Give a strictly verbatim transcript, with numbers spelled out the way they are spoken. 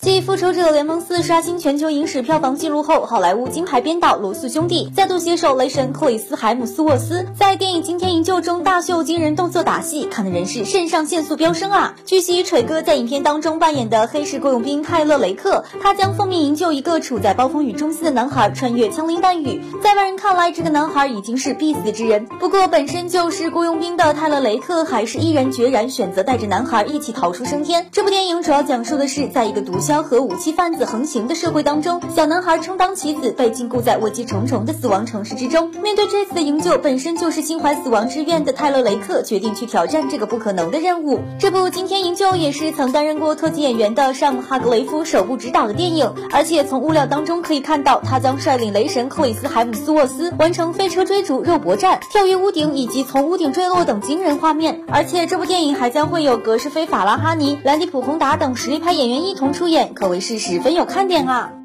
继《复仇者联盟四》刷新全球影史票房纪录后，好莱坞金牌编导罗素兄弟再度携手雷神克里斯海姆斯沃斯，在电影《惊天营救》中大秀惊人动作打戏，看的人是肾上腺素飙升啊！据悉，锤哥在影片当中扮演的黑市雇佣兵泰勒雷克，他将奉命营救一个处在暴风雨中心的男孩，穿越枪林弹雨。在外人看来，这个男孩已经是必死之人。不过，本身就是雇佣兵的泰勒雷克，还是毅然决然选择带着男孩一起逃出升天。这部电影主要讲述的是，在一个毒枭和武器贩子横行的社会当中，小男孩充当棋子，被禁锢在危机重重的死亡城市之中。面对这次的营救，本身就是心怀死亡之愿的泰勒雷克决定去挑战这个不可能的任务。这部《惊天营救》也是曾担任过特技演员的尚姆哈格雷夫首部执导的电影，而且从物料当中可以看到，他将率领雷神克里斯海姆斯沃斯完成飞车追逐、肉搏战、跳跃屋顶以及从屋顶坠落等惊人画面。而且这部电影还将会有格什菲·法拉哈尼、兰迪普·洪达等实力派演员一同出演，可谓是十分有看点啊。